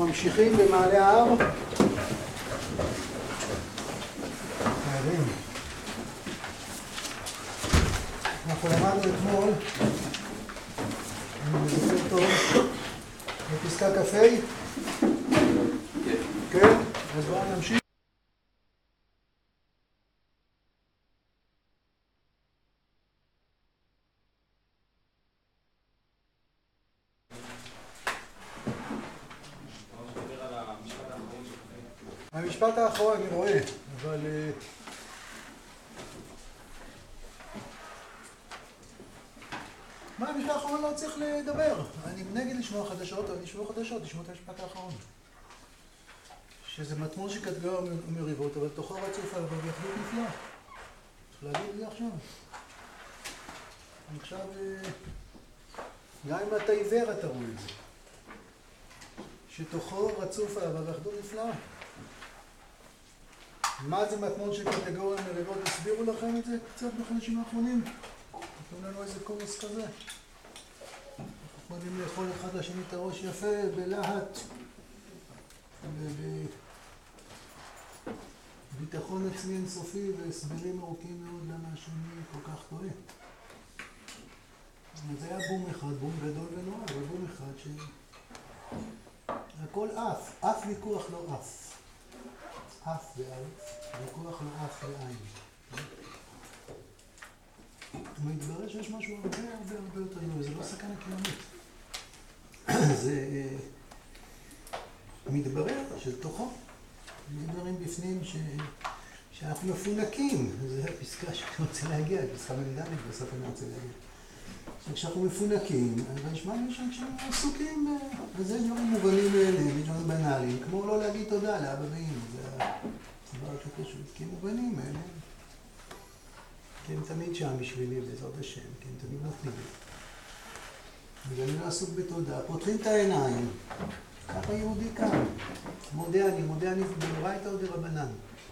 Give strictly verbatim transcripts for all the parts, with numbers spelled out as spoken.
אנחנו ממשיכים במעלה ההר. אנחנו למדנו אתמול, אני מזוכר טוב, בפסקה קפה. כן, אז בואו נמשיך. המשפט האחרון אני רואה, אבל מה, המשפט האחרון לא צריך לדבר. אני נגד לשמוע חדשות, אבל לשמוע חדשות, לשמוע את המשפט האחרון. שזה מטמון שקטגר ומריבות, אבל תוכו רצוף אבל יחדות נפלא. צריך להגיד את זה עכשיו. עכשיו, גם אם אתה עיוור אתה רואה את זה. שתוכו רצוף אבל יחדות נפלא. מה זה מטמון של קטגוריה מריבות? הסבירו לכם את זה קצת בחודשים האחרונים? נתנו לנו איזה קורס כזה. אנחנו יכולים לאכול אחד לשני את הראש יפה, בלהט, בביטחון עצמי אינסופי והסברים ארוכים מאוד למה השני כל כך טועה. זה היה בום אחד, בום גדול ונורא, אבל בום אחד ש... הכל אף, אף ויכוח לא אף. אף ואלף, ויכוח לא אף ועין. מתברר שיש משהו הרבה הרבה הרבה יותר גדול, זה לא סכנה קיומית. זה מתברר שתוכו, מתבררים בפנים ש... שאנחנו מפונקים. זו הפסקה שאני רוצה להגיע, פסקה מנדלית בסוף אני רוצה להגיע. כשאנחנו מפונקים, אבל נשמע לי שאנחנו עסוקים בזה דברים מובנים מאליהם, דברים בנאליים, כמו לא להגיד תודה לאבא ואמא, זה הדבר הכי פשוט, כי הם מובנים מאליהם. כי הם תמיד שם בשבילי, בעזרת השם, כי הם תמיד נותנים לי. ואני לא עסוק בתודה, פותחים את העיניים, ככה יהודי כאן, מודה אני, מודה אני, ברייתא או דרבנן.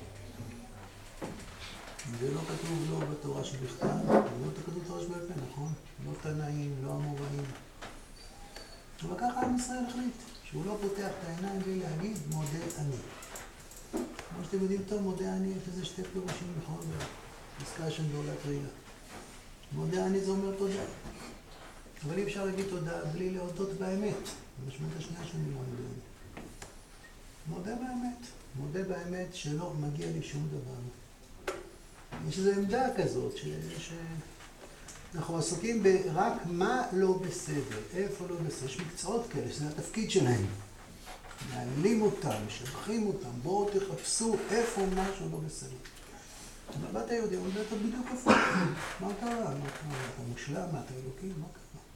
זה לא כתוב לא בתורה שבכתב, לא כתוב בתורה שבעל פה, נכון? לא תנאים, לא אמוראים. אבל ככה עם ישראל החליט, שהוא לא פותח את העיניים בלי להגיד מודה אני. כמו שאתם יודעים טוב, מודה אני, יש איזה שתי פירושים נכון? פסקה של דולת ראייה. מודה אני זה אומר תודה. אבל אי אפשר להגיד תודה בלי להודות באמת. המשמעות השנייה שאני לא מודה אני. מודה באמת. מודה באמת שלא מגיע לי שום דבר. יש איזו עמדה כזאת, שאנחנו עסוקים ברק מה לא בסדר, איפה לא בסדר. יש מקצועות כאלה, שזה התפקיד שלהם. מעלים אותם, משבחים אותם, בואו תחפשו איפה משהו לא בסדר. אבל אתה יודע, אתה בדיוק איפה. מה קרה? מה קרה? אתה מושלם? מה אתה אלוקים? מה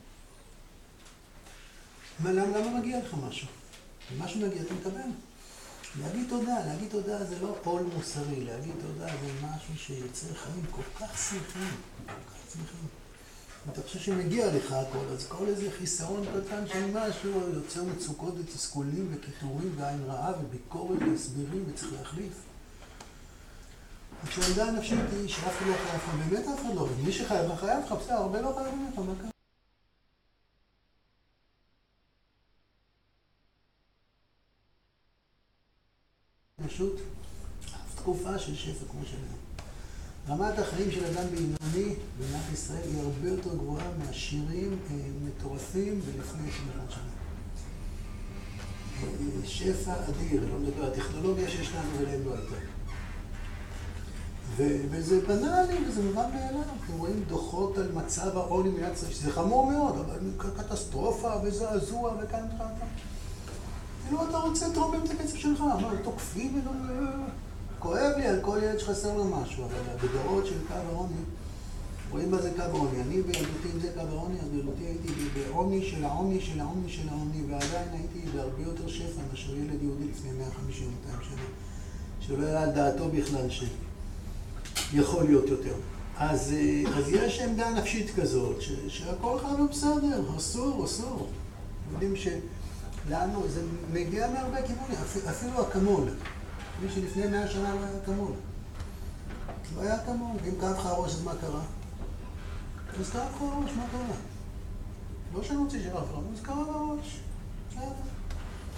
קרה? למה, למה מגיע לך משהו? אם משהו מגיע, אתה מקבל. להגיד תודה, להגיד תודה זה לא עול מוסרי, להגיד תודה זה משהו שיוצר חיים כל כך שמחים, כל כך שמחים. אתה חושב שמגיע לך הכל, אז כל איזה חיסרון קטן של משהו יוצר מצוקות ותסכולים וקיטורים ועין רעה וביקורת והסברים וצריך להחליף. כשעמדה הנפשית היא שאף אחד לא חייב לך, באמת אף אחד לא, ומי שחייב לך חייב לך, בסדר, הרבה לא חייבים לך, מה קרה? פשוט תקופה של שפע כמו שלנו. רמת החיים של אדם בינוני במדינת ישראל היא הרבה יותר גבוהה מעשירים מטורפים ולפני עשרים ואחת שנה. שפע אדיר, לא מדבר, הטכנולוגיה שיש לנו ולהם לא הייתה. וזה בנאלי וזה מובן מאליו. אתם רואים דוחות על מצב העוני במדינת ישראל, שזה חמור מאוד, אבל קטסטרופה וזעזוע וכאן וכאן. כאילו אתה רוצה לתרום את הכסף שלך, מה, תוקפים ולא... כואב לי על כל ילד שחסר לו משהו, אבל בדורות של קו העוני, רואים מה זה קו העוני. אני בילדותי, אם זה קו העוני, אז בילדותי הייתי בעוני של העוני של העוני של העוני, ועדיין הייתי בהרבה יותר שפע מאשר ילד יהודי לפני מאה וחמישים מאתיים שנה, שלא היה על דעתו בכלל שיכול להיות יותר. אז, אז יש עמדה נפשית כזאת, ש, שהכל חייב לא בסדר, אסור, אסור. יודעים ש... לנו, זה מגיע מהרבה כיוונים, אפילו הקמול. מי שלפני מאה שנה לא היה קמול. לא היה קמול. אם כאב לך הראש, אז מה קרה? אז כאב לך הראש, מה קרה? לא שאני רוצה שירה לך, אז כאב הראש.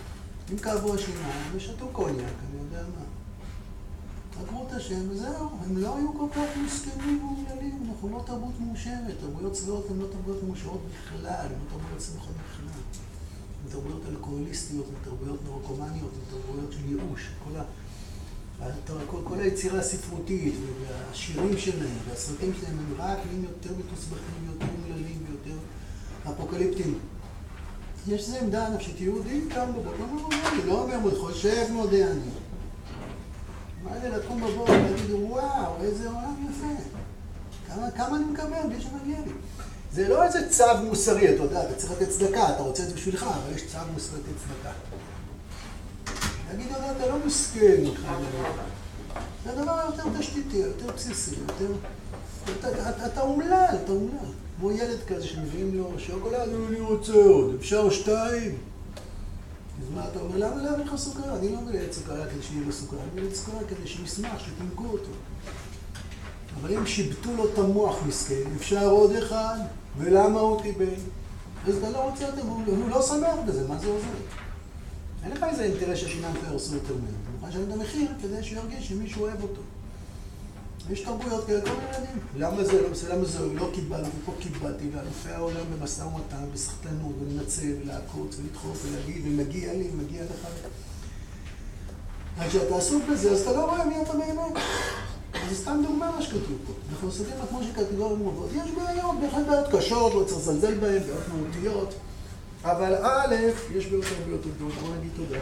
אם כאבו השיניים, ושתו קוניאק, אני יודע מה. עקרו את השם, וזהו, הם לא היו כל כך מסכנים ומעולים, אנחנו לא תרבות מאושרת, תרבויות צבאות הן לא תרבויות מאושרות בכלל, הן לא תרבויות שמחות בכלל. הן תרבויות אלכוהוליסטיות, הן תרבויות נורקומניות, הן תרבויות של ייאוש. כל, ה... כל, כל היצירה הספרותית והשירים שלהם והסרטים שלהם הם רק נהיים יותר מתוסבכים ויותר מללים ויותר אפוקליפטיים. יש איזו עמדה נפשית יהודית, קם בבוקר, אני לא אומר, הוא חושב מודיעני. מה זה לקום בבוקר ולהגיד, וואו, איזה עולם יפה. כמה, כמה אני מקבל, בלי שמגיע לי. זה לא איזה צו מוסרי, אתה יודע, אתה צריך לתת צדקה, אתה רוצה את זה בשבילך, אבל יש צו מוסרי לתת צדקה. להגיד, אתה, אתה לא מסכן, זה הדבר יותר תשתיתי, יותר בסיסי, יותר... אתה, אתה, אתה אומלל, אתה אומלל. כמו ילד כזה שמביאים לו שוקולד, אני רוצה עוד, אפשר שתיים. אז מה אתה אומר? למה להביא לך סוכר? אני לא מביא לילד סוכריה כדי שיהיה לו סוכר, אני מביא לילד סוכריה כדי שישמח, שתנקו אותו. אבל אם שיבטו לו את המוח מסכן, אפשר עוד אחד, ולמה הוא קיבל? אז אתה לא רוצה אותם, הוא לא שמח בזה, מה זה עוזר? אין לך איזה אינטרס שהשיניים לא ירסו יותר מהם. אתה מוכן לשלם את המחיר כדי שירגיש שמישהו אוהב אותו. יש תרבויות כאלה, כל מיני ילדים. למה זה לא בסדר? למה זה לא קיבלתי? פה קיבלתי, ואלופי העולם במשא ומתן, בסחטנות, ולנצל, ולעקוץ, ולדחוף, ולהגיד, ומגיע לי, ומגיע לך. אז כשאתה עסוק בזה, אז אתה לא רואה מי אתה באמת. אז זה סתם דוגמה מה שכתוב פה. אנחנו עושים את כמו שקטגוריה מורות. יש בעיות, בהחלט בעיות קשות, לא צריך לזלזל בהן, בעיות מהותיות. אבל א', יש בעיות הרבה יותר גדולות, בוא נגיד תודה.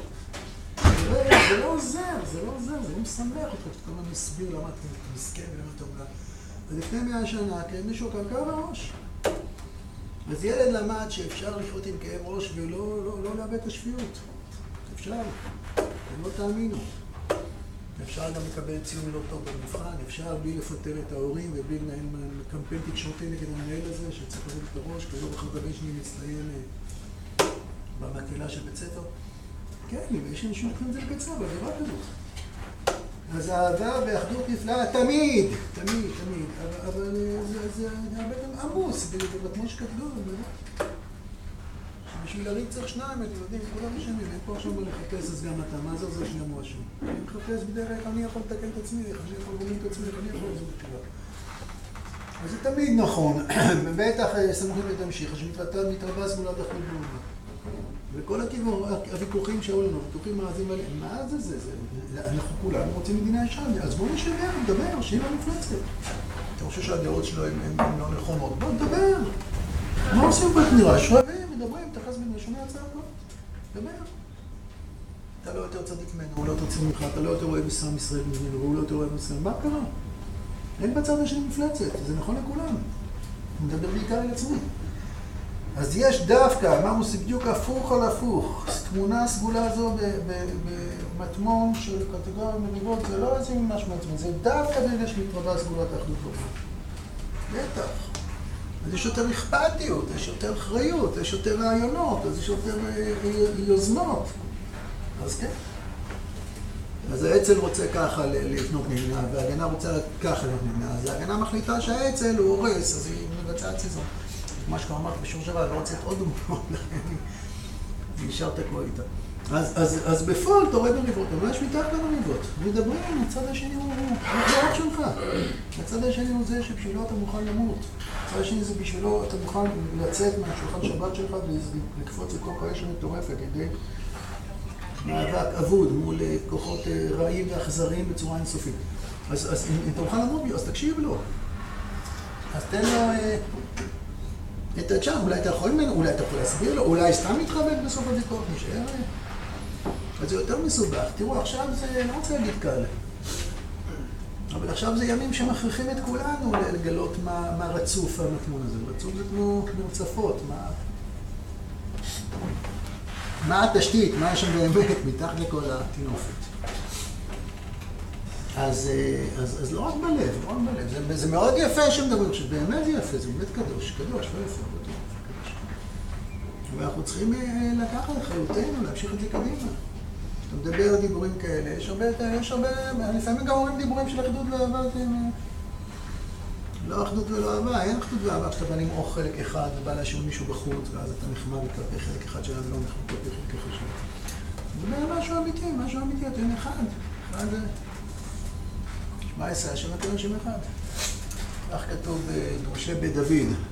זה לא עוזר, זה לא עוזר, זה לא משמח אותך, שאתה לא מסביר למה אתה מסכן ולמה אתה אומר. ולפני מאה שנה, כן, מישהו קרקע בראש. אז ילד למד שאפשר לחיות עם כאב ראש ולא לא, לא לאבד את השפיות. אפשר, אתם לא תאמינו. אפשר גם לקבל ציון לא טוב במבחן, אפשר בלי לפטר את ההורים ובלי לנהל קמפיין תקשורתי נגד המנהל הזה, שצריך לזה את הראש, כי לא בכלל הבן שלי מצטיין במקהלה של בית ספר. כן, ויש אנשים שלוקחים את זה לקצר, אבל זה רק כזאת. אז האהבה ואחדות נפלאה, תמיד, תמיד, תמיד, אבל זה הרבה גם עמוס, כמו שכתבו, שבשביל להריג צריך שניים, אתם יודעים, כולם משנים, אין פה עכשיו מה לחפש, אז גם אתה, מה זה זה שני מואשים? אני מחפש בדרך, אני יכול לתקן את עצמי, איך אני יכול להגיד את עצמי, איך אני יכול לעזור תשובה. אז זה תמיד נכון, ובטח סמוכים ותמשיך, שמתרבה סגולת אחדות בעולם. וכל הוויכוחים שהיו לנו, הוויכוחים מעזים עליהם, מה זה זה? אנחנו כולנו רוצים מדינה ישרה, אז בואו נשב יחד, נדבר, שיהיה במפלצת. אתה חושב שהדעות שלו הן לא נכונות, בואו נדבר. מה עושים בתנועה? שרבים, מדברים, תחז בין ראשוני הצעה, לא? דבר. אתה לא יותר צדיק ממנו, הוא לא יותר צדיק ממך, אתה לא יותר אוהב מסם ישראל ממנו, והוא לא יותר אוהב מסם. מה קרה? אין בצד השני מפלצת, זה נכון לכולם. אני מדבר בעיקר על עצמי. אז יש דווקא, אמרנו זה בדיוק הפוך על הפוך. תמונה סגולה זו במטמון של קטגוריה מריבות, זה לא איזה ממש מעצמם, זה דווקא ברגע שמתרבה סגולת האחדות בעולם. בטח. אז יש יותר אכפתיות, יש יותר אחריות, יש יותר רעיונות, אז יש יותר יוזמות. אז כן. אז העצל רוצה ככה לבנות נמנה, וההגנה רוצה ככה לבנות נמנה. אז ההגנה מחליטה שהעצל הוא הורס, אז היא מבצעת סיזון. מה שכבר אמרתי בשור שבא, לא רוצה את עוד דוגמאות, לכן היא נשארת כמו איתה. אז, אז, אז בפועל אתה רואה בריבות, אבל יש מתחת למריבות. מדברים, הצד השני הוא לא רק שלך. הצד השני הוא זה שבשבילו אתה מוכן למות. הצד השני זה בשבילו אתה מוכן לצאת מהשולחן שבת שלך ולקפוץ את כל כאש מטורפת ידי מאבק אבוד מול כוחות רעים ואכזריים בצורה אינסופית. אז, אז אם אתה מוכן למות בי, אז תקשיב לו. אז תן לו... את הצ'אם, אולי אתה יכול ממנו, אולי אתה יכול להסביר לו, אולי סתם מתחבק בסוף הוויכוח, נשאר. אז זה יותר מסובך. תראו, עכשיו זה, לא רוצה להגיד קל. אבל עכשיו זה ימים שמכריחים את כולנו לגלות מה, מה רצוף המטמון הזה. רצוף זה כמו מרצפות, מה... מה התשתית, מה יש שם באמת מתחת לכל התינופת. אז, אז, אז לא רק בלב, לא רק בלב. זה, זה מאוד יפה שמדברים, שבאמת זה יפה, זה באמת קדוש, קדוש, לא יפה, לא טוב, קדוש. ואנחנו צריכים לקחת אחריותנו, להמשיך את זה קדימה. כשאתה מדבר על דיבורים כאלה, יש הרבה, יש הרבה, לפעמים גם אומרים דיבורים של אחדות ואהבה, לא אחדות ולא אהבה, אין אחדות ואהבה, כשאתה בא למעוך חלק אחד ובא להשאיר מישהו בחוץ, ואז אתה נחמד כלפי חלק אחד שלנו, לא נחמד כלפי חלק אחד שלנו. זה אומר משהו אמיתי, משהו אמיתי, אתם אחד. אחד זה... שמע עשה, השם הקדוש שם אחד. כך כתוב בדרושי בדוד,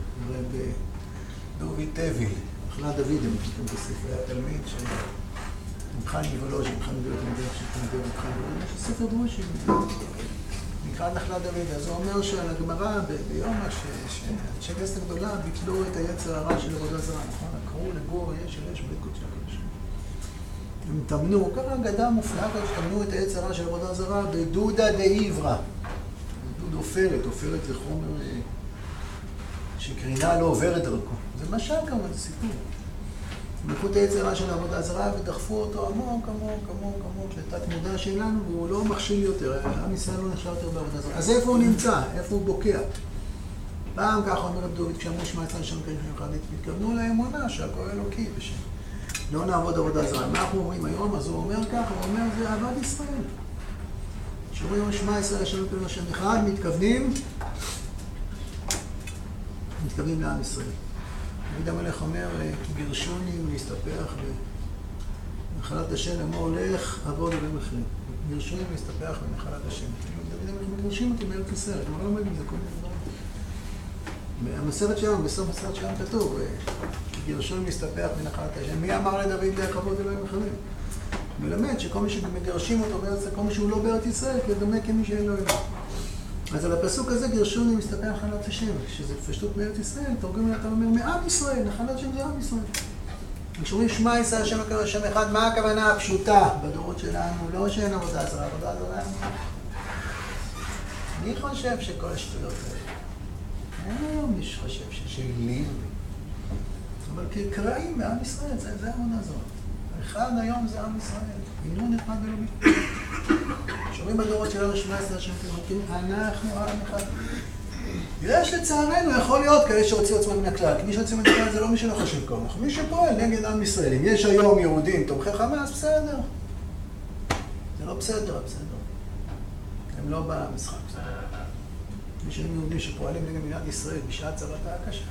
בדוד טביל, מחלה דוד, הם כתוב בספרי התלמיד, שמבחן יבולו, שמבחן יבולו, שמבחן יבולו, יש ספר דרושי, נקרא נחלה דוד. אז הוא אומר שעל הגמרא ביום שהכנסת הגדולה ביטלו את היצר הרע של עבודה זרה, נכון? קראו לגור, יש, יש, בית קודשי הקודש. הם תמנו, ככה אגדה מופלאה כזאת, תמנו את היצר הרע של עבודה זרה בדודה דעברה. דוד עופרת, עופרת זה חומר שקרינה לא עוברת דרכו. זה משל כמובן, זה סיפור. הם לקחו את היצר הרע של עבודה זרה ודחפו אותו עמוק, עמוק, עמוק, עמוק, לתת מודע שלנו, והוא לא מכשיל יותר, עם ישראל לא נשאר יותר בעבודה זרה. אז איפה הוא נמצא? איפה הוא בוקע? פעם ככה אומר רב דוד, כשאמרו שמע ישראל שם כאלה אחד, התכוונו לאמונה שהכל אלוקי בשם. לא נעבוד עבודה זרה. מה אנחנו אומרים היום? אז הוא אומר ככה, הוא אומר, זה אהבת ישראל. כשאומרים שמע ישראל שם כאלה שם אחד, מתכוונים, מתכוונים לעם ישראל. דוד המלך אומר, כי גירשוני להסתפח בנחלת השם, למה הולך עבוד אלוהים אחרים. גירשוני להסתפח בנחלת השם. דוד המלך מגרשים אותי מארץ ישראל, אתם לא לומדים, זה כל מיני דברים. במסכת שלנו, בסוף המסכת שלנו כתוב, כי גירשוני להסתפח בנחלת השם. מי אמר לדוד לך עבוד אלוהים אחרים? מלמד שכל מי שמגרשים אותו בארץ, כל מי שהוא לא בארץ ישראל, כדומה כמי שאין לו אלוהים. אז על הפסוק הזה גירשוני מסתפח נחלת השם, שזה פשטות מארץ ישראל, תורגם אתה אומר, מעם ישראל, נחלת השם זה עם ישראל. כשאומרים שמע ישראל השם הקדוש שם אחד, מה הכוונה הפשוטה בדורות שלנו? לא שאין עבודה זרה, עבודה זרה. אני חושב שכל השטויות האלה, אין היום מי שחושב ששלי, אבל כקראים מעם ישראל, זה, זה עבודה זרה. אחד היום זה עם ישראל, עינון אחד ולא מתפלל. כשאומרים בדורות שלנו שמע ישראל השם הקדוש, אנחנו עם אחד. יש לצערנו, יכול להיות כאלה שהוציאו עצמם מן הכלל, כי מי שהוציאו מן הכלל זה לא מי שלא חשוב כמוך, מי שפועל נגד עם ישראל. אם יש היום יהודים תומכי חמאס, בסדר. זה לא בסדר, בסדר. הם לא במשחק. מי שהם יהודים שפועלים נגד מדינת ישראל בשעת צרתה הקשה.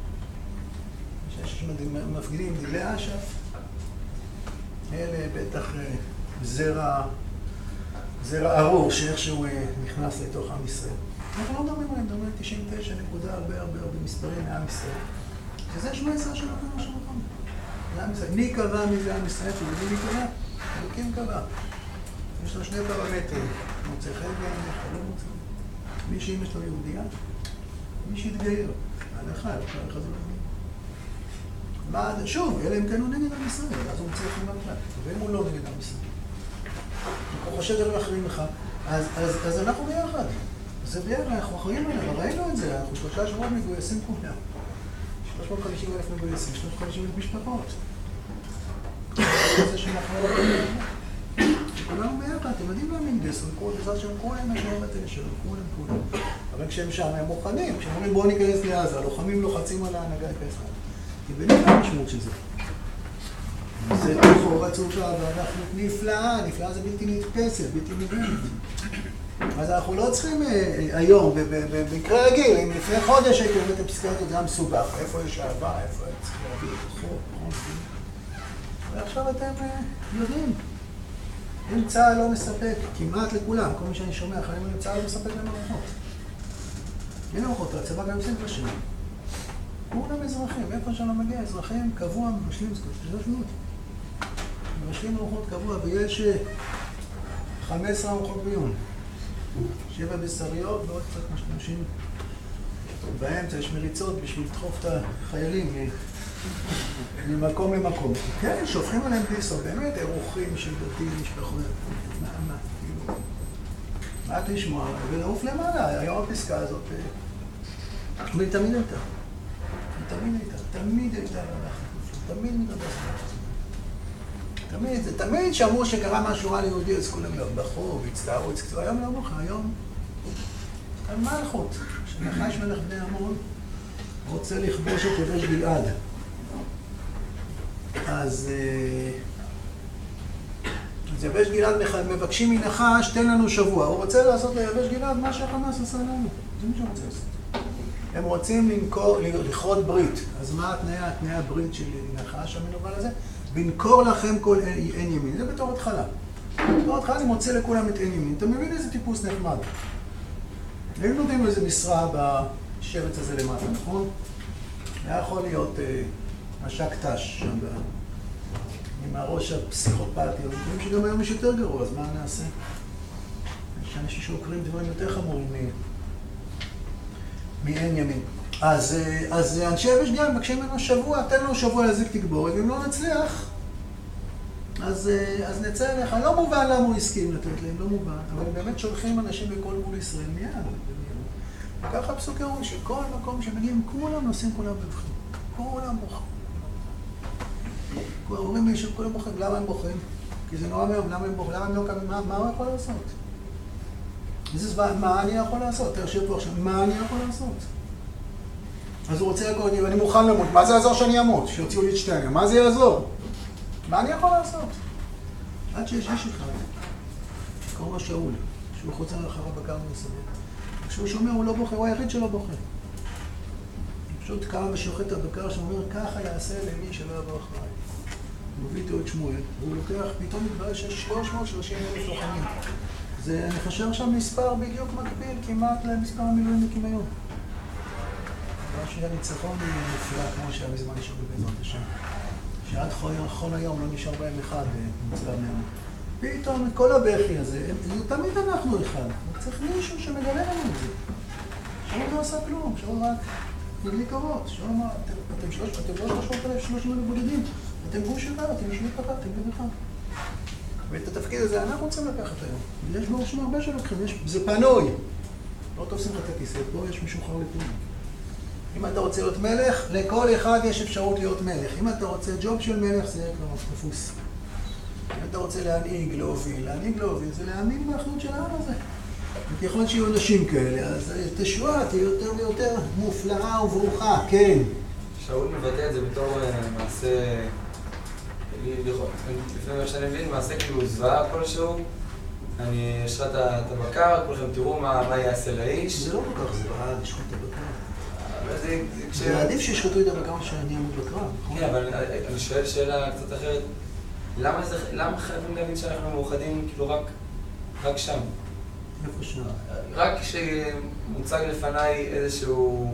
שיש מפגינים דילי אש"ף, אלה בטח זרע, זרע ארור שאיכשהו נכנס לתוך עם ישראל. אנחנו לא מדברים עליהם, מדברים תשעים ותשע נקודה הרבה הרבה הרבה מספרים מעם ישראל. שזה שמע ישראל של הקדוש ברוך הוא. זה עם ישראל. מי קבע מי זה עם ישראל? אתם יודעים מי קבע? אלוקים קבע. יש לו שני פרמטרים. מוצא חן בעיניך, לא מוצא. מי שאם יש לו יהודייה, מי שיתגייר. הלכה, הלכה, הלכה זה לא מה, שוב, אלא אם כן הוא נגד עם ישראל, אז הוא מוצא לכם במקלט. ואם הוא לא נגד עם ישראל, הוא חושב דברים אחרים לך, אז, אז, אז אנחנו ביחד. זה ביחד, אנחנו אחרים עליו, ראינו את זה, אנחנו שלושה שבועות מגויסים כולם. שלוש מאות וחמישים אלף מגויסים, שלוש מאות וחמישים אלף משפחות. זה שאנחנו לא יודעים. כולנו ביחד, אתם יודעים למה הם גייסו, בעזרת שם כולם משמעות את שלו, כולם, כולם. אבל כשהם שם הם מוכנים, כשהם אומרים בואו ניכנס לעזה, הלוחמים לוחצים על ההנהגה הישראלית. כי בני מה המשמעות של זה? זה תוכו רצופה, ואנחנו נפלאה, נפלאה זה בלתי נתפסת, בלתי נגמרת. אז אנחנו לא צריכים היום, במקרה רגיל, אם לפני חודש הייתי אומר את הפסקה הזאת, זה היה מסובך, איפה יש אהבה, איפה היה צריך להביא את תוכו, ועכשיו אתם יודעים, אם צה"ל לא מספק, כמעט לכולם, כל מי שאני שומע, חייבים אם צה"ל לא מספק למערכות. אין למערכות, הצבא גם עושים כבר שנים. כולם אזרחים, איפה שאני לא מגיע, אזרחים קבוע, מבשלים, שלוש מאות. מבשלים ארוחות קבוע, ויש חמש עשרה ארוחות ביום. שבע בשריות ועוד קצת משתמשים. באמצע יש מריצות בשביל לדחוף את החיילים ממקום למקום. כן, שופכים עליהם פיסו, באמת אירוחים של דתיים, משפחות. מה, מה, כאילו. מה תשמע? ולעוף למעלה, היום הפסקה הזאת. והיא תמיד הייתה. תמיד הייתה, תמיד הייתה ללכת, תמיד מדבר תמיד, זה תמיד שאמרו שקרה משהו רע ליהודי, אז כולם בכו והצטערו, הצטערו, היום לא אמרו לך, היום כאן מלכות, שנחש מלך בני עמון רוצה לכבוש את יבש גלעד. אז אז יבש גלעד מבקשים מנחש, תן לנו שבוע, הוא רוצה לעשות ליבש גלעד מה שהחמאס עשה לנו, זה מי שרוצה לעשות. הם רוצים למכור, לכרות ברית. אז מה התנאי, התנאי הברית של נחש המנובל הזה? בנקור לכם כל אין ימין. זה בתור התחלה. בתור התחלה אני מוצא לכולם את אין ימין. אתה מבין איזה טיפוס נחמד? הם נותנים איזה משרה בשבץ הזה למטה, נכון? היה יכול להיות אה, משק תש שם עם הראש הפסיכופתי. אני חושב שגם היום יש יותר גרוע, אז מה נעשה? יש אנשים שעוקרים דברים יותר חמורים מאין ימין. אז, אז אנשי יבש גם מבקשים ממנו שבוע, תן לנו שבוע להזיק תגבורת, ואם לא נצליח, אז, אז נצא אליך. לא מובן למה הוא הסכים לתת להם, לא מובן, אבל הם באמת שולחים אנשים בכל גבול ישראל מיד. וככה הפסוק ירון שכל מקום שמגיעים, כולם נוסעים, כולם בבחים. כולם בוחרים. אומרים לי שכולם בוחרים, למה הם בוחרים? כי זה נורא מהם, למה הם בוחרים? למה הם לא קמים? מה, מה הוא יכול לעשות? זה זמן, מה אני יכול לעשות? אתה יושב פה עכשיו, מה אני יכול לעשות? אז הוא רוצה לקרוא, אני מוכן למות, מה זה יעזור שאני אמות? שיוציאו לי את שתי עניין, מה זה יעזור? מה אני יכול לעשות? עד שיש איש אחד, שקוראים לו שאול, שהוא חוצה אחריו בקר מסביב. כשהוא שומע, הוא לא בוחר, הוא היחיד שלא בוחר. פשוט קם ושוחט את הבקר שאומר, ככה יעשה למי שלא יבוא אחריי. הוא מביא איתו את שמואל, והוא לוקח, פתאום מתברר שיש שלוש מאות ושלושים אלף לוחמים. זה, אני חושב שם מספר בדיוק מקביל, כמעט למספר המילואימניקים היום. דבר שהניצחון היא נפלא, כמו שהיה בזמן שאול בעזרת השם. שעד כל היום לא נשאר בהם אחד מוצלב מהם. פתאום את כל הבכי הזה, זה תמיד אנחנו אחד. צריך מישהו שמגלה לנו את זה. שאול לא עשה כלום, שאול רק נדליק אורות. שאול אמר, אתם שלוש מאות אלף, שלושים אלף בודדים, אתם גוש אחד, אתם יושבים ככה, אתם גוש אחד. ואת התפקיד הזה אנחנו רוצים לקחת היום. יש בו שם הרבה שלוקחים, זה פנוי. לא תופסים לך את הכיסא, פה יש משוחרר לפעמים. אם אתה רוצה להיות מלך, לכל אחד יש אפשרות להיות מלך. אם אתה רוצה ג'וב של מלך, זה יהיה כבר תפוס. אם אתה רוצה להנהיג, להוביל, להנהיג, להוביל, זה להאמין באחדות של העם הזה. וככל שיהיו אנשים כאלה, אז תשועה תהיה יותר ויותר מופלאה וברוכה, כן. שאול מבטא את זה בתור מעשה, לפני מה שאני מבין, מעשה כאילו זוועה כלשהו. אני אשחט את הבקר, כולכם תראו מה יעשה לאיש. זה לא כל כך זוועה, לשחוט את הבקר. זה עדיף שישחטו את הבקר שאני אמות בקרב, נכון? כן, אבל אני שואל שאלה קצת אחרת. למה חייבים להבין שאנחנו מאוחדים כאילו רק שם? איפה שם? רק כשמוצג לפניי איזשהו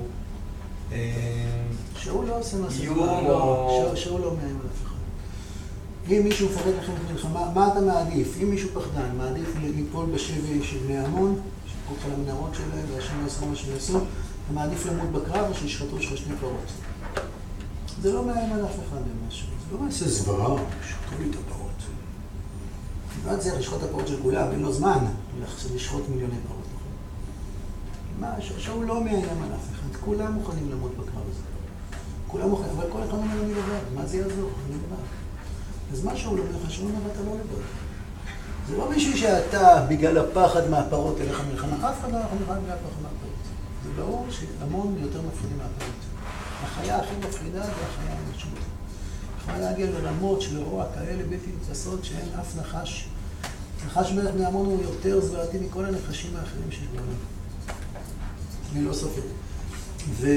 שאול לא עושה מסע איום או... שאול לא מאיים על אף אחד. אם מישהו מפחד לכם את מלחמה, מה אתה מעדיף? אם מישהו פחדן, מעדיף ליפול בשבי של בני עמון, שפקו לך למנהרות שלהם, והשם לא יעשו מה שהם יעשו, אתה מעדיף למות בקרב או שישחטו לך שני פרות. זה לא מאיים על אף אחד למשהו. זה לא מעשה זוועה, שחטו לי את הפרות. ועד זה לשחוט את הפרות של כולם, אין לו זמן לשחוט מיליוני פרות. מה, שאול לא מאיים על אף אחד, כולם מוכנים למות בקרב הזה. כולם מוכנים, אבל כל אחד אומר אני לבד, מה זה יעזור? אני לבד. אז מה שאול אומר לך, שאול אומר אתה לא לבד. זה לא מישהו שאתה בגלל הפחד מהפרות אליך מלחמה, אף אחד לא יכול מלחמה בגלל הפחד מהפרות. זה ברור שהמון יותר מפחידים מהפרות. החיה הכי מפחידה זה החיה המשוט. יכולה להגיע לרמות של רוע כאלה בלתי נתפסות שאין אף נחש. נחש מלך בני עמון הוא יותר זוועתי מכל הנחשים האחרים שיש בעולם. אני לא סופר. ו...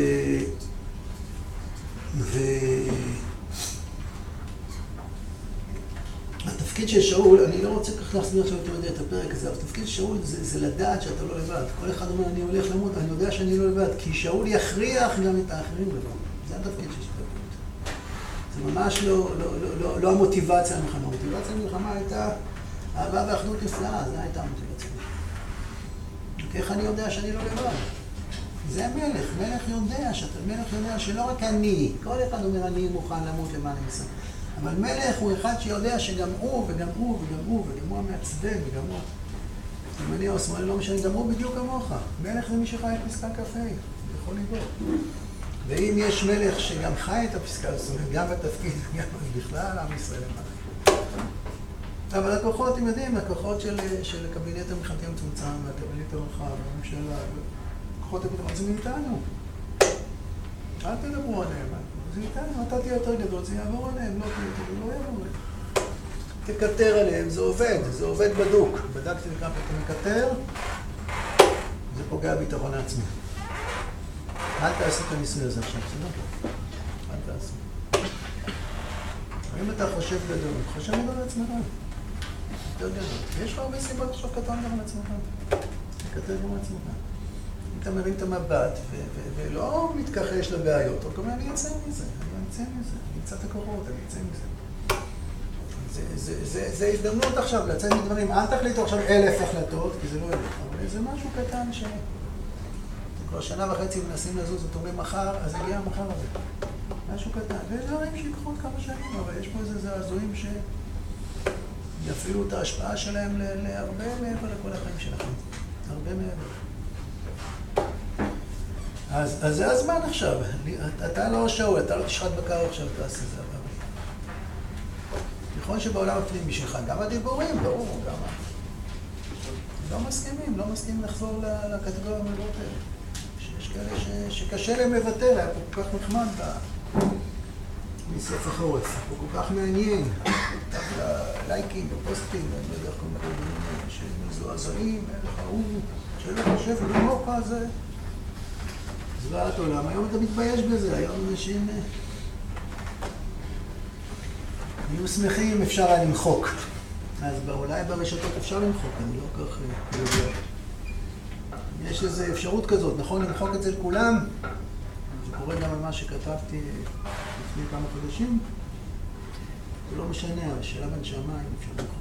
ו... התפקיד של שאול, אני לא רוצה כך להסביר עכשיו יותר מדי את הפרק הזה, אבל התפקיד של שאול זה, זה לדעת שאתה לא לבד. כל אחד אומר, אני הולך למות, אני יודע שאני לא לבד, כי שאול יכריח גם את האחרים לבד. זה התפקיד של שאול. זה ממש לא, לא, לא, לא, לא המוטיבציה למלחמה. המוטיבציה למלחמה הייתה אהבה ואחדות נפלאה, זו הייתה המוטיבציה. איך אני יודע שאני לא לבד? זה מלך, מלך יודע, שאתה מלך יודע שלא רק אני, כל אחד אומר אני מוכן למות למען המסע. אבל מלך הוא אחד שיודע שגם הוא וגם הוא וגם הוא וגם הוא המעצבן וגם הוא. אם אני או שמאלי לא משנה, גם הוא בדיוק כמוך. מלך זה מי שחי את פסקה קפה, יכול לבוא. ואם יש מלך שגם חי את הפסקה, זאת אומרת, גם בתפקיד, גם בכלל, עם ישראל למעלה. אבל הכוחות, אתם יודעים, הכוחות של, של הקבינט המלחמתי המצומצם, והקבינט הרחב, והממשלה, הכוחות הביטחון, זה מאיתנו. אל תדברו עליהם, זה מאיתנו, אתה תהיה יותר גדול, זה יעבור עליהם, לא תהיה יותר, לא יעבור עליהם. תקטר עליהם, זה עובד, זה עובד בדוק. בדקתי לכמה אתה מקטר, זה פוגע ביטחון העצמי. אל תעשו את הניסוי הזה עכשיו, בסדר? אל תעשו. אם אתה חושב גדול, חושב גדול על עצמך. יותר גדול. יש לך הרבה סיבות לחשוב קטן גם על עצמך. תקטר גם על עצמך. אם אתה מרים את המבט ולא מתכחש לבעיות, אתה אומר, אני אצא מזה, אני אצא מזה, אני אצא את הכוחות, אני אצא מזה. זה הזדמנות עכשיו לצאת מדברים. אל תחליטו עכשיו אלף החלטות, כי זה לא ילך, אבל זה משהו קטן ש... כבר שנה וחצי מנסים לזוז, זאת אומרת מחר, אז הגיע המחר הזה. משהו קטן. ויש דברים שיקחו עוד כמה שנים, אבל יש פה איזה זעזועים שיפעילו את ההשפעה שלהם להרבה מעבר לכל החיים שלכם. הרבה מעבר. אז, אז זה הזמן עכשיו. אתה לא שאול, אתה לא תשחט בקר עכשיו, תעשה זה. נכון שבעולם הפנים בשבילך, גם הדיבורים, ברור, גם לא מסכימים, לא מסכימים לחזור לקטגוריה המלאות האלה. יש כאלה ש... שקשה להם לבטל, היה פה כל כך נחמד מסוף החורף, פה כל כך מעניין, לייקים ופוסטים, אני לא יודע איך כל מיני דברים שמזועזעים, איך ההוא, שלא חושב, לא מופה, זה זוועת עולם. היום אתה מתבייש בזה, היום אנשים יהיו שמחים אם אפשר היה למחוק. אז אולי ברשתות אפשר למחוק, אני לא כך יודע. יש איזו אפשרות כזאת, נכון? למחוק את זה לכולם. זה קורה גם על מה שכתבתי לפני כמה חודשים. זה לא משנה, השאלה בנשמה אם אפשר למחוק.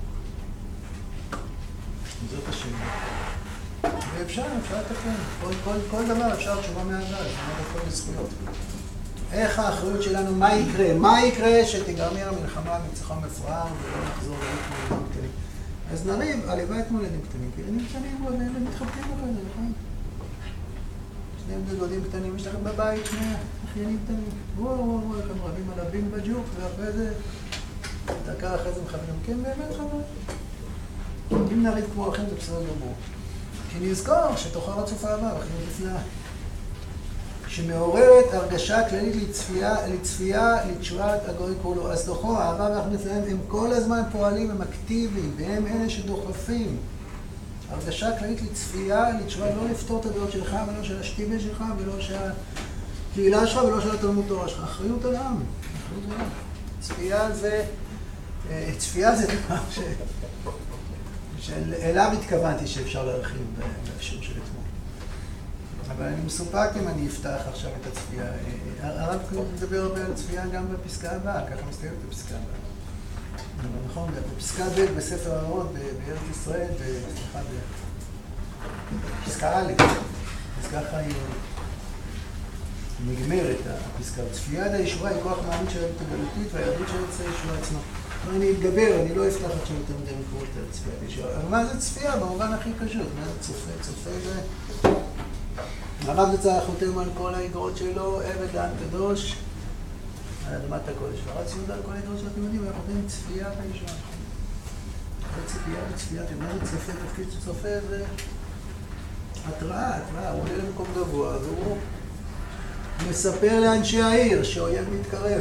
זאת השאלה. ואפשר, אפשר לתקן. כל, כל, כל דבר אפשר תשובה מהגז, זה לא כל הזכויות. איך האחריות שלנו, מה יקרה? מה יקרה שתיגמר המלחמה בניצחון מפואר ולא נחזור להיות מולדים קטנים? אז נריב, הלוואי את מולדים קטנים, כי ילדים קטנים והם מתחבטים אחרי זה, נכון? שניהם דודים קטנים, יש לכם בבית שני אחיינים קטנים. וואו, וואו, וואו, הם רבים על הבין בג'וק, ואחרי זה דקה אחרי זה מחברים. כן, באמת חבל. אם נריב כמו אחים זה בסדר גמור. כי נזכור שתוכה רצופה הבאה, אחרים לפני. שמעוררת הרגשה כללית לצפייה, לצפייה, לתשועת הגוי כולו. אז תוכו, האהבה והאחדות שלהם, הם כל הזמן פועלים, הם אקטיביים, והם אלה שדוחפים. הרגשה כללית לצפייה, לתשועה, לא לפתור את הדעות שלך, ולא של השטיבל שלך, ולא של הקהילה שלך, ולא של התלמוד תורה שלך. אחריות על העם. אחריות על העם. צפייה זה, צפייה זה דבר ש... שאליו התכוונתי שאפשר להרחיב באפשר של אתמול. אבל אני מסופק אם אני אפתח עכשיו את הצפייה. הרב מדבר הרבה על צפייה גם בפסקה הבאה, ככה מסתכל את הפסקה הבאה. אבל נכון, בפסקה ב' בספר הארון, בארץ ישראל, סליחה, בפסקה א', אז ככה היא נגמרת, הפסקה. צפיית הישועה היא כוח מעמיד של היהדות הגלותית והיהדות של יצא הישועה עצמה. אני אתגבר, אני לא אפתח עכשיו יותר מדי מקורות על צפיית הישועה. אבל מה זה צפייה? במובן הכי פשוט. מה זה צופה? צופה זה... הרב יצא חותם על כל האגרות שלו, עבד לעם קדוש, על אדמת הקודש. והרב ציוד על כל האגרות שאתם יודעים, אנחנו חותמים צפיית הישועה. ציפייה וצפיית, מה זה צופה? תפקיד שצופה זה התראה, התראה. הוא עולה למקום גבוה והוא מספר לאנשי העיר שאויב מתקרב.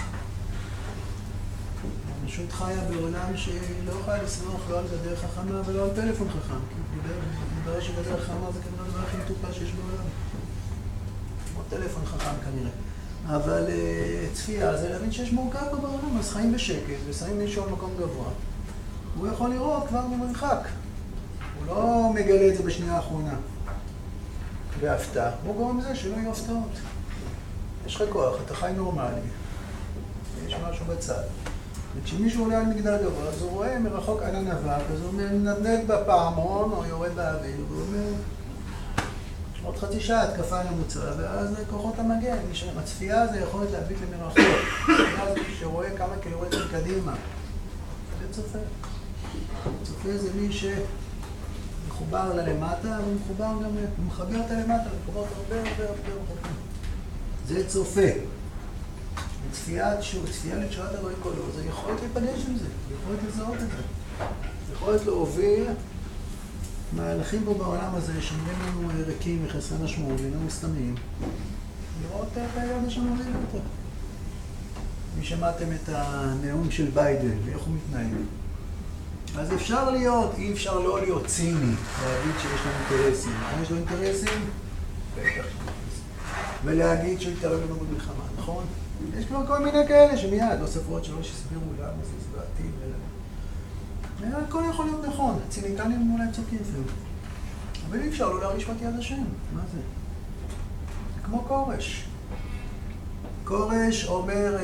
פשוט חיה בעולם שלא יכולה לסמוך לא על גדר חכמה ולא על טלפון חכם. כי מדבר שגדר חכמה זה כנראה הדבר הכי מטופש שיש בעולם. כמו טלפון חכם כנראה. אבל uh, צפייה זה להבין שיש מורכב פה בעולם, אז חיים בשקט ושמים מישהו על מקום גבוה. הוא יכול לראות כבר ממרחק. הוא לא מגלה את זה בשנייה האחרונה. בהפתעה. הוא גורם לזה שלא יהיו הפתעות. יש לך כוח, אתה חי נורמלי. יש משהו בצד. וכשמישהו עולה על מגדל גבוה, אז הוא רואה מרחוק ענן אבק, אז הוא מנדנד בפעמון או יורד באוויר, והוא אומר, עוד חצי שעה התקפה על המוצא, ואז כוחות המגן, הצפייה זה יכולת להביט למרחוק. אז שרואה כמה קילומטרים קדימה. זה צופה. צופה זה מי שמחובר ללמטה, אבל מחובר גם, הוא מחבר את הלמטה, מחובר הרבה הרבה הרבה הרבה. זה צופה. צפייה, צפייה לתשועת הגוי כולו, זה יכולת להיפגש עם זה, זה יכולת לזהות את זה. זה יכולת להוביל מהלכים פה בעולם הזה שנראים לנו ריקים מחסרי משמעות ואינם מסתמיים. לראות את היד שמוביל אותו. מי שמעתם את הנאום של ביידן ואיך הוא מתנהג. אז אפשר להיות, אי אפשר לא להיות ציני, להגיד שיש לנו אינטרסים. יש לו אינטרסים? בטח. ולהגיד שהוא יתערב לנו במלחמה, נכון? יש כבר כל מיני כאלה שמיד, לא ספרות שלא שהסבירו למה זה זוועתי ולמה. הכל יכול להיות נכון, הציניקנים אולי צוקים אפילו. אבל אי אפשר לא להרגיש בת יד השם, מה זה? כמו קורש. קורש אומר,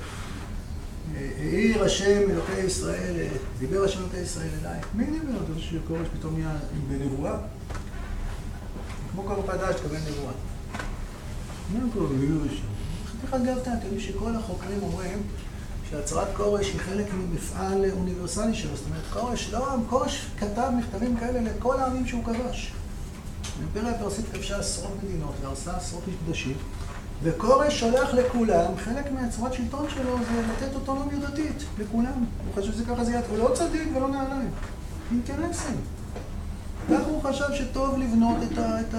העיר השם אלוקי ישראל, דיבר השם אלוקי ישראל אליי. מי דיבר? אתה חושב שקורש פתאום נהיה בנבואה? כמו קורפדה שתקבל נבואה. מה קורה? דיבר השם. חתיכת גאוותה, אתם יודעים שכל החוקרים אומרים שהצהרת קורש היא חלק ממפעל אוניברסלי שלו. זאת אומרת, קורש לא, קורש כתב מכתבים כאלה לכל העמים שהוא כבש. האימפריה הפרסית כבשה עשרות מדינות והרסה עשרות מקדשים, וקורש שולח לכולם, חלק מהצורת שלטון שלו זה לתת אוטונומיה דתית לכולם. הוא חשב שזה ככה זה יד, הוא לא צדיק ולא נעליים. אינטרסים. ככה הוא חשב שטוב לבנות את ה... את ה...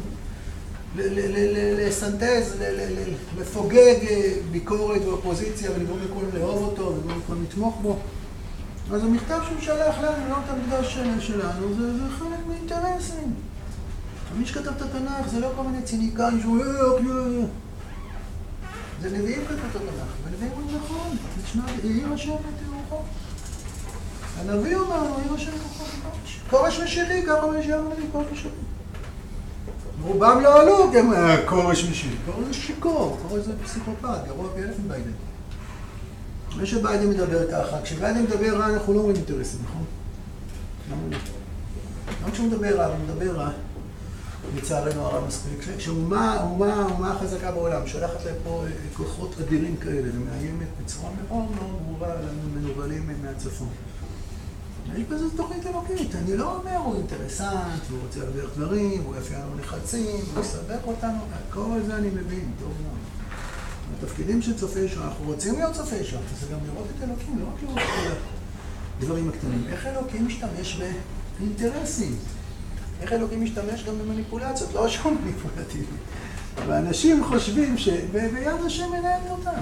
לסנטז, לפוגג ביקורת ואופוזיציה ולגרום לכולם לאהוב אותו ולגרום לכולם לתמוך בו. אז המכתב שהוא שלח לנו, לא את המקדש שלנו, זה חלק מאינטרסים. מי שכתב את התנ"ך זה לא כל מיני ציניקאים שהוא זה נביאים כתב את התנ"ך, ונביאים הוא נכון, תשמע, עיר השם ותראוכו. הנביא אומר לו, עיר השם ותראוכו. קורש משיחי, ככה משיח הנביא, קורש משיחי. רובם לא עלו, כי הם קורש משיחי. קורש זה שיקור, קורש זה פסיכופת, גרוע פי אלף מביידן. מה שביידן מדבר ככה, כשביידן מדבר רע, אנחנו לא אומרים אינטרסים, נכון? גם כשהוא מדבר רע, הוא מדבר רע. לצערנו הרב מספיק, כשאומה, אומה, אומה חזקה בעולם, שולחת להם פה כוחות אדירים כאלה, ומאיימת בצורה מאוד מאוד ברורה על המנובלים מהצפון. יש בזה תוכנית אלוקית, אני לא אומר, הוא אינטרסנט, והוא רוצה להרוויח דברים, והוא יפה לנו לחצים, והוא יסבך אותנו, כל זה אני מבין, טוב מאוד. התפקידים של צופי שעה, אנחנו רוצים להיות צופי שעה, זה גם לראות את אלוקים, לא רק לראות את הדברים הקטנים. איך אלוקים משתמש באינטרסים? איך אלוקים משתמש גם במניפולציות, לא שום מניפולטיבי. ואנשים חושבים שביד השם מנהל אותם.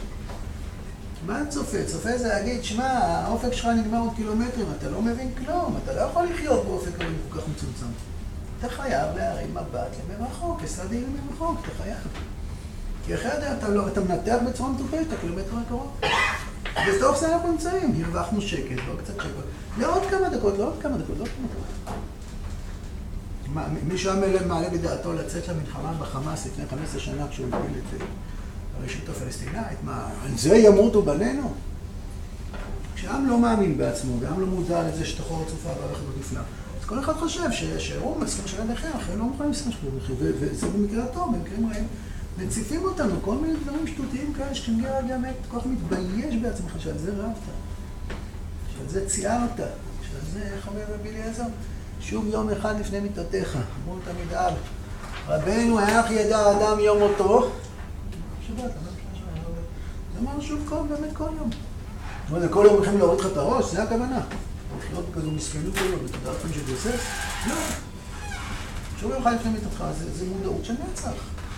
מה צופה? צופה זה להגיד, שמע, האופק שלך נגמר עוד קילומטרים, אתה לא מבין כלום, אתה לא יכול לחיות באופק כל כך מצומצם. אתה חייב להרים מבט למרחוק, כסדיר למרחוק, אתה חייב. כי אחרת אתה, לא, אתה מנתח בצורה מטופלת, את הקילומטר הקרוב. בתוך זה אנחנו נמצאים, הרווחנו שקט, לא קצת שקט. לעוד כמה דקות, לא עוד כמה דקות, לא עוד כמה דקות. מישהו היה מעלה בדעתו לצאת למלחמה בחמאס לפני חמש עשרה שנה כשהוא הפיל את הרשות הפלסטינאית, מה, על זה ימותו בנינו? כשעם לא מאמין בעצמו, ועם לא מודע לזה שתוכו רצופה והרכב נפלא, אז כל אחד חושב שהוא מסכים של המחיר, אחרי לא מוכנים לסכים של המחיר, וזה במקרה הטוב, במקרים רעים, מציפים אותנו, כל מיני דברים שטותיים כאלה, שכנגר עד ימת, כל כך מתבייש בעצמך, שעל זה רבת, שעל זה ציירת, שעל זה, איך אומר רבי אליעזר? שוב יום אחד לפני מיתתך, אמרו תמיד אב, רבנו איך ידע אדם יום מותו? שבת, זה אמר שוב כל, באמת כל יום. זאת אומרת, כל יום הולכים להוריד לך את הראש, זה הכוונה. לחיות בכזו מסכנות שלו, בתודעתם שגוסס? לא. שוב יום אחד לפני מיתתך, זה מודעות של נצח.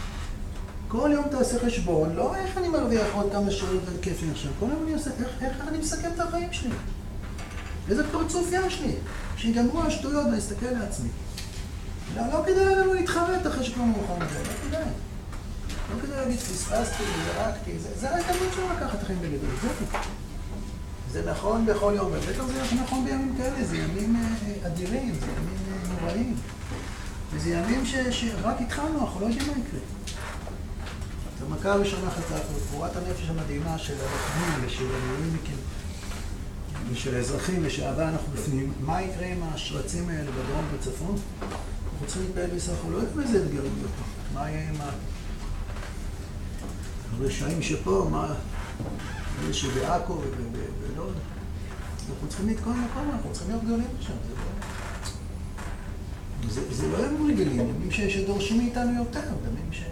כל יום תעשה חשבון, לא איך אני מרוויח עוד כמה שעות וכיף לי עכשיו, כל יום אני עושה, איך אני מסכם את החיים שלי? איזה פרצוף יש לי? שיגמרו השטויות ולהסתכל לעצמי. לא, לא כדאי לנו להתחרט אחרי שכבר מאוחר מזה, לא כדאי. לא כדאי להגיד, פספסתי, זרקתי, זה, זה ההתאמות שלו לקחת החיים בגדול, זה. זה נכון בכל יום, ובטח זה נכון בימים כאלה, זה ימים אדירים, זה ימים נוראים. וזה ימים ש, שרק התחלנו, אנחנו לא יודעים מה יקרה. זו המכה הראשונה חצפנו, תמורת הנפש המדהימה של הרחמים ושל המילואימניקים. ושל האזרחים ושעבה אנחנו בפנים, מה יקרה עם השרצים האלה בדרום ובצפון? אנחנו צריכים להתפעל בישראל, אנחנו לא יודעים איזה אתגרים להיות פה. מה יהיה עם הרשעים שפה, מה יהיה שבעכו ולוד? אנחנו צריכים להתכונן מקום, אנחנו צריכים להיות גדולים שם. זה, זה לא ימים רגילים, ימים שדורשים מאיתנו יותר, ימים ש...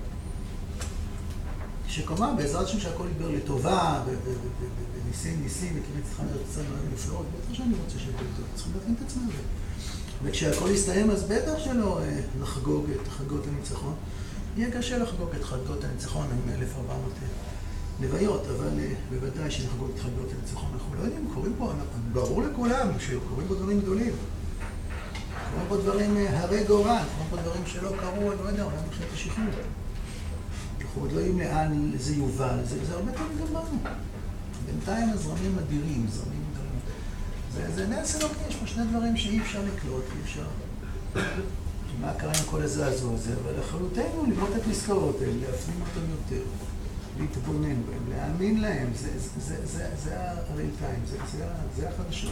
שכלומר, בעזרת השם שהכל יתבר לטובה, וניסים, ניסים, וכמעט צריכה להיות קצת נפלאות, בטח שאני רוצה שיהיה טוב, צריכים להתאים את עצמם. וכשהכל יסתיים, אז בטח שלא נחגוג את חגות הניצחון. יהיה קשה לחגוג את חגות הניצחון עם אלף וארבע מאות לוויות, אבל בוודאי שנחגוג את חגות הניצחון. אנחנו לא יודעים, קוראים פה, ברור לכולם שקוראים פה דברים גדולים. קוראים פה דברים הרי גורל, קוראים פה דברים שלא קרו, אני לא יודע, אולי מבחינת השכנות. אנחנו עוד לא יודעים לאן זה יובל, זה, זה הרבה פעמים גם בנו. בינתיים הזרמים אדירים, זרמים גדולים. זה, זה נס אלוקי, יש פה שני דברים שאי אפשר לקלוט, אי אפשר. מה קרה עם כל הזעזוע הזה? אבל לחלוטנו לראות את המזכרות האלה, להפנים אותם יותר, להתבונן בהם, להאמין להם, זה, זה, זה, זה, זה ה-real time, זה, זה, זה החדשות.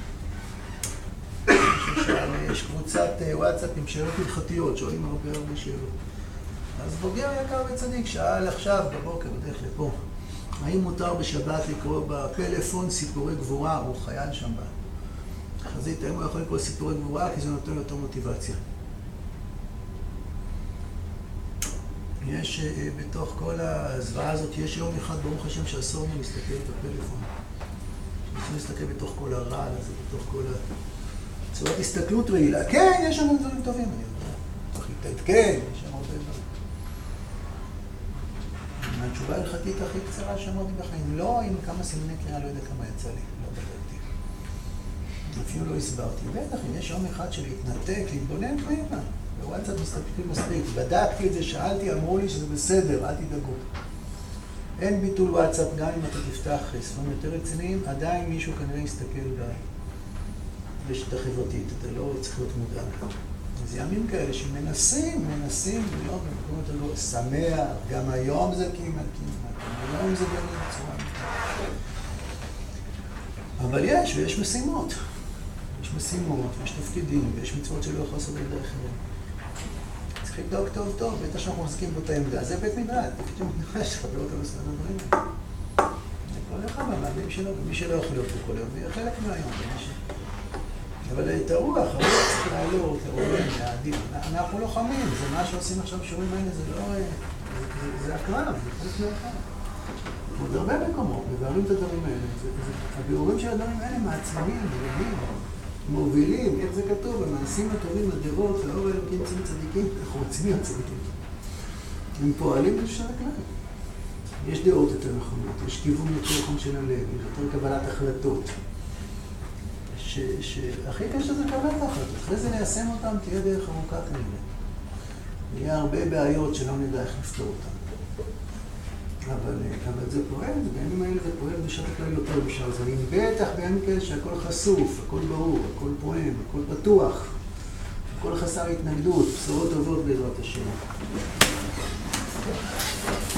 יש קבוצת וואטסאפ עם שאלות הלכתיות, שואלים הרבה הרבה שאלות. אז בוגר יקר וצדיק שאל עכשיו בבוקר בדרך לפה, האם מותר בשבת לקרוא בפלאפון סיפורי גבורה? הוא חייל שם בחזית, האם הוא יכול לקרוא סיפורי גבורה? כי זה נותן יותר מוטיבציה. יש בתוך כל הזוועה הזאת, יש יום אחד ברוך השם שאסור לנו להסתכל בפלאפון. אנחנו להסתכל בתוך כל הרעל הזה, בתוך כל צורת הסתכלות רעילה. כן, יש שם דברים טובים, אני יודע. צריך להתעדכן, יש שם הרבה דברים. התשובה ההלכתית הכי קצרה שאמרתי בחיים, לא עם כמה סימני קריאה, לא יודע כמה יצא לי, לא בדקתי. אפילו לא הסברתי. בטח, אם יש יום אחד של להתנתק, להתבונן פנימה. בוואטסאפ מסתפקים מספיק. בדקתי את זה, שאלתי, אמרו לי שזה בסדר, אל תדאגו. אין ביטול וואטסאפ, גם אם אתה תפתח ספרים יותר רציניים, עדיין מישהו כנראה יסתכל ברשת החברתית. אתה לא צריך להיות מודע. אז ימים כאלה שמנסים, מנסים להיות במקומות הלא שמח, גם היום זה כמעט, כמעט, היום זה גם בצורה מתקדמת. אבל יש, ויש משימות. יש משימות, ויש תפקידים, ויש מצוות שלא יכול לעשות בדרך אחרת. צריך לבדוק טוב טוב, בטח שאנחנו מחזיקים באותה עמדה. זה בית מדרש, פתאום נחש, חבר אותנו לסדר דברים. כל אחד מהמאמנים שלו, ומי שלא יכול להיות פה כל היום, ויהיה חלק מהיום. אבל את הרוח, הרוח צריך לעלות, הרוח, להעדיף. אנחנו לוחמים, זה מה שעושים עכשיו שיעורים האלה, זה לא... זה הקרב, זה חלק מהקרב. עוד הרבה מקומות, מבארים את הדברים האלה. הביאורים של הדברים האלה מעצמיים, דברים, מובילים, איך זה כתוב, המעשים הטובים, הדרות, לאור האלוקים צדיקים צדיקים, אנחנו רוצים להיות צדיקים. הם פועלים בשביל הכלל. יש דעות יותר נכונות, יש כיוון יותר נכון של הלב, יש יותר קבלת החלטות. שהכי קשה זה קבלת החלטות, אחרי זה ליישם אותם תהיה דרך ארוכה כנראה. יהיה הרבה בעיות שלא נדע איך לפתור אותם. אבל, אבל זה פועל, בימים האלה זה פועל בשעת הכלל יותר בשעה זמנים. בטח בימים כאלה שהכל חשוף, הכל ברור, הכל פועם, הכל בטוח, הכל חסר התנגדות, בשורות טובות בעזרת השם.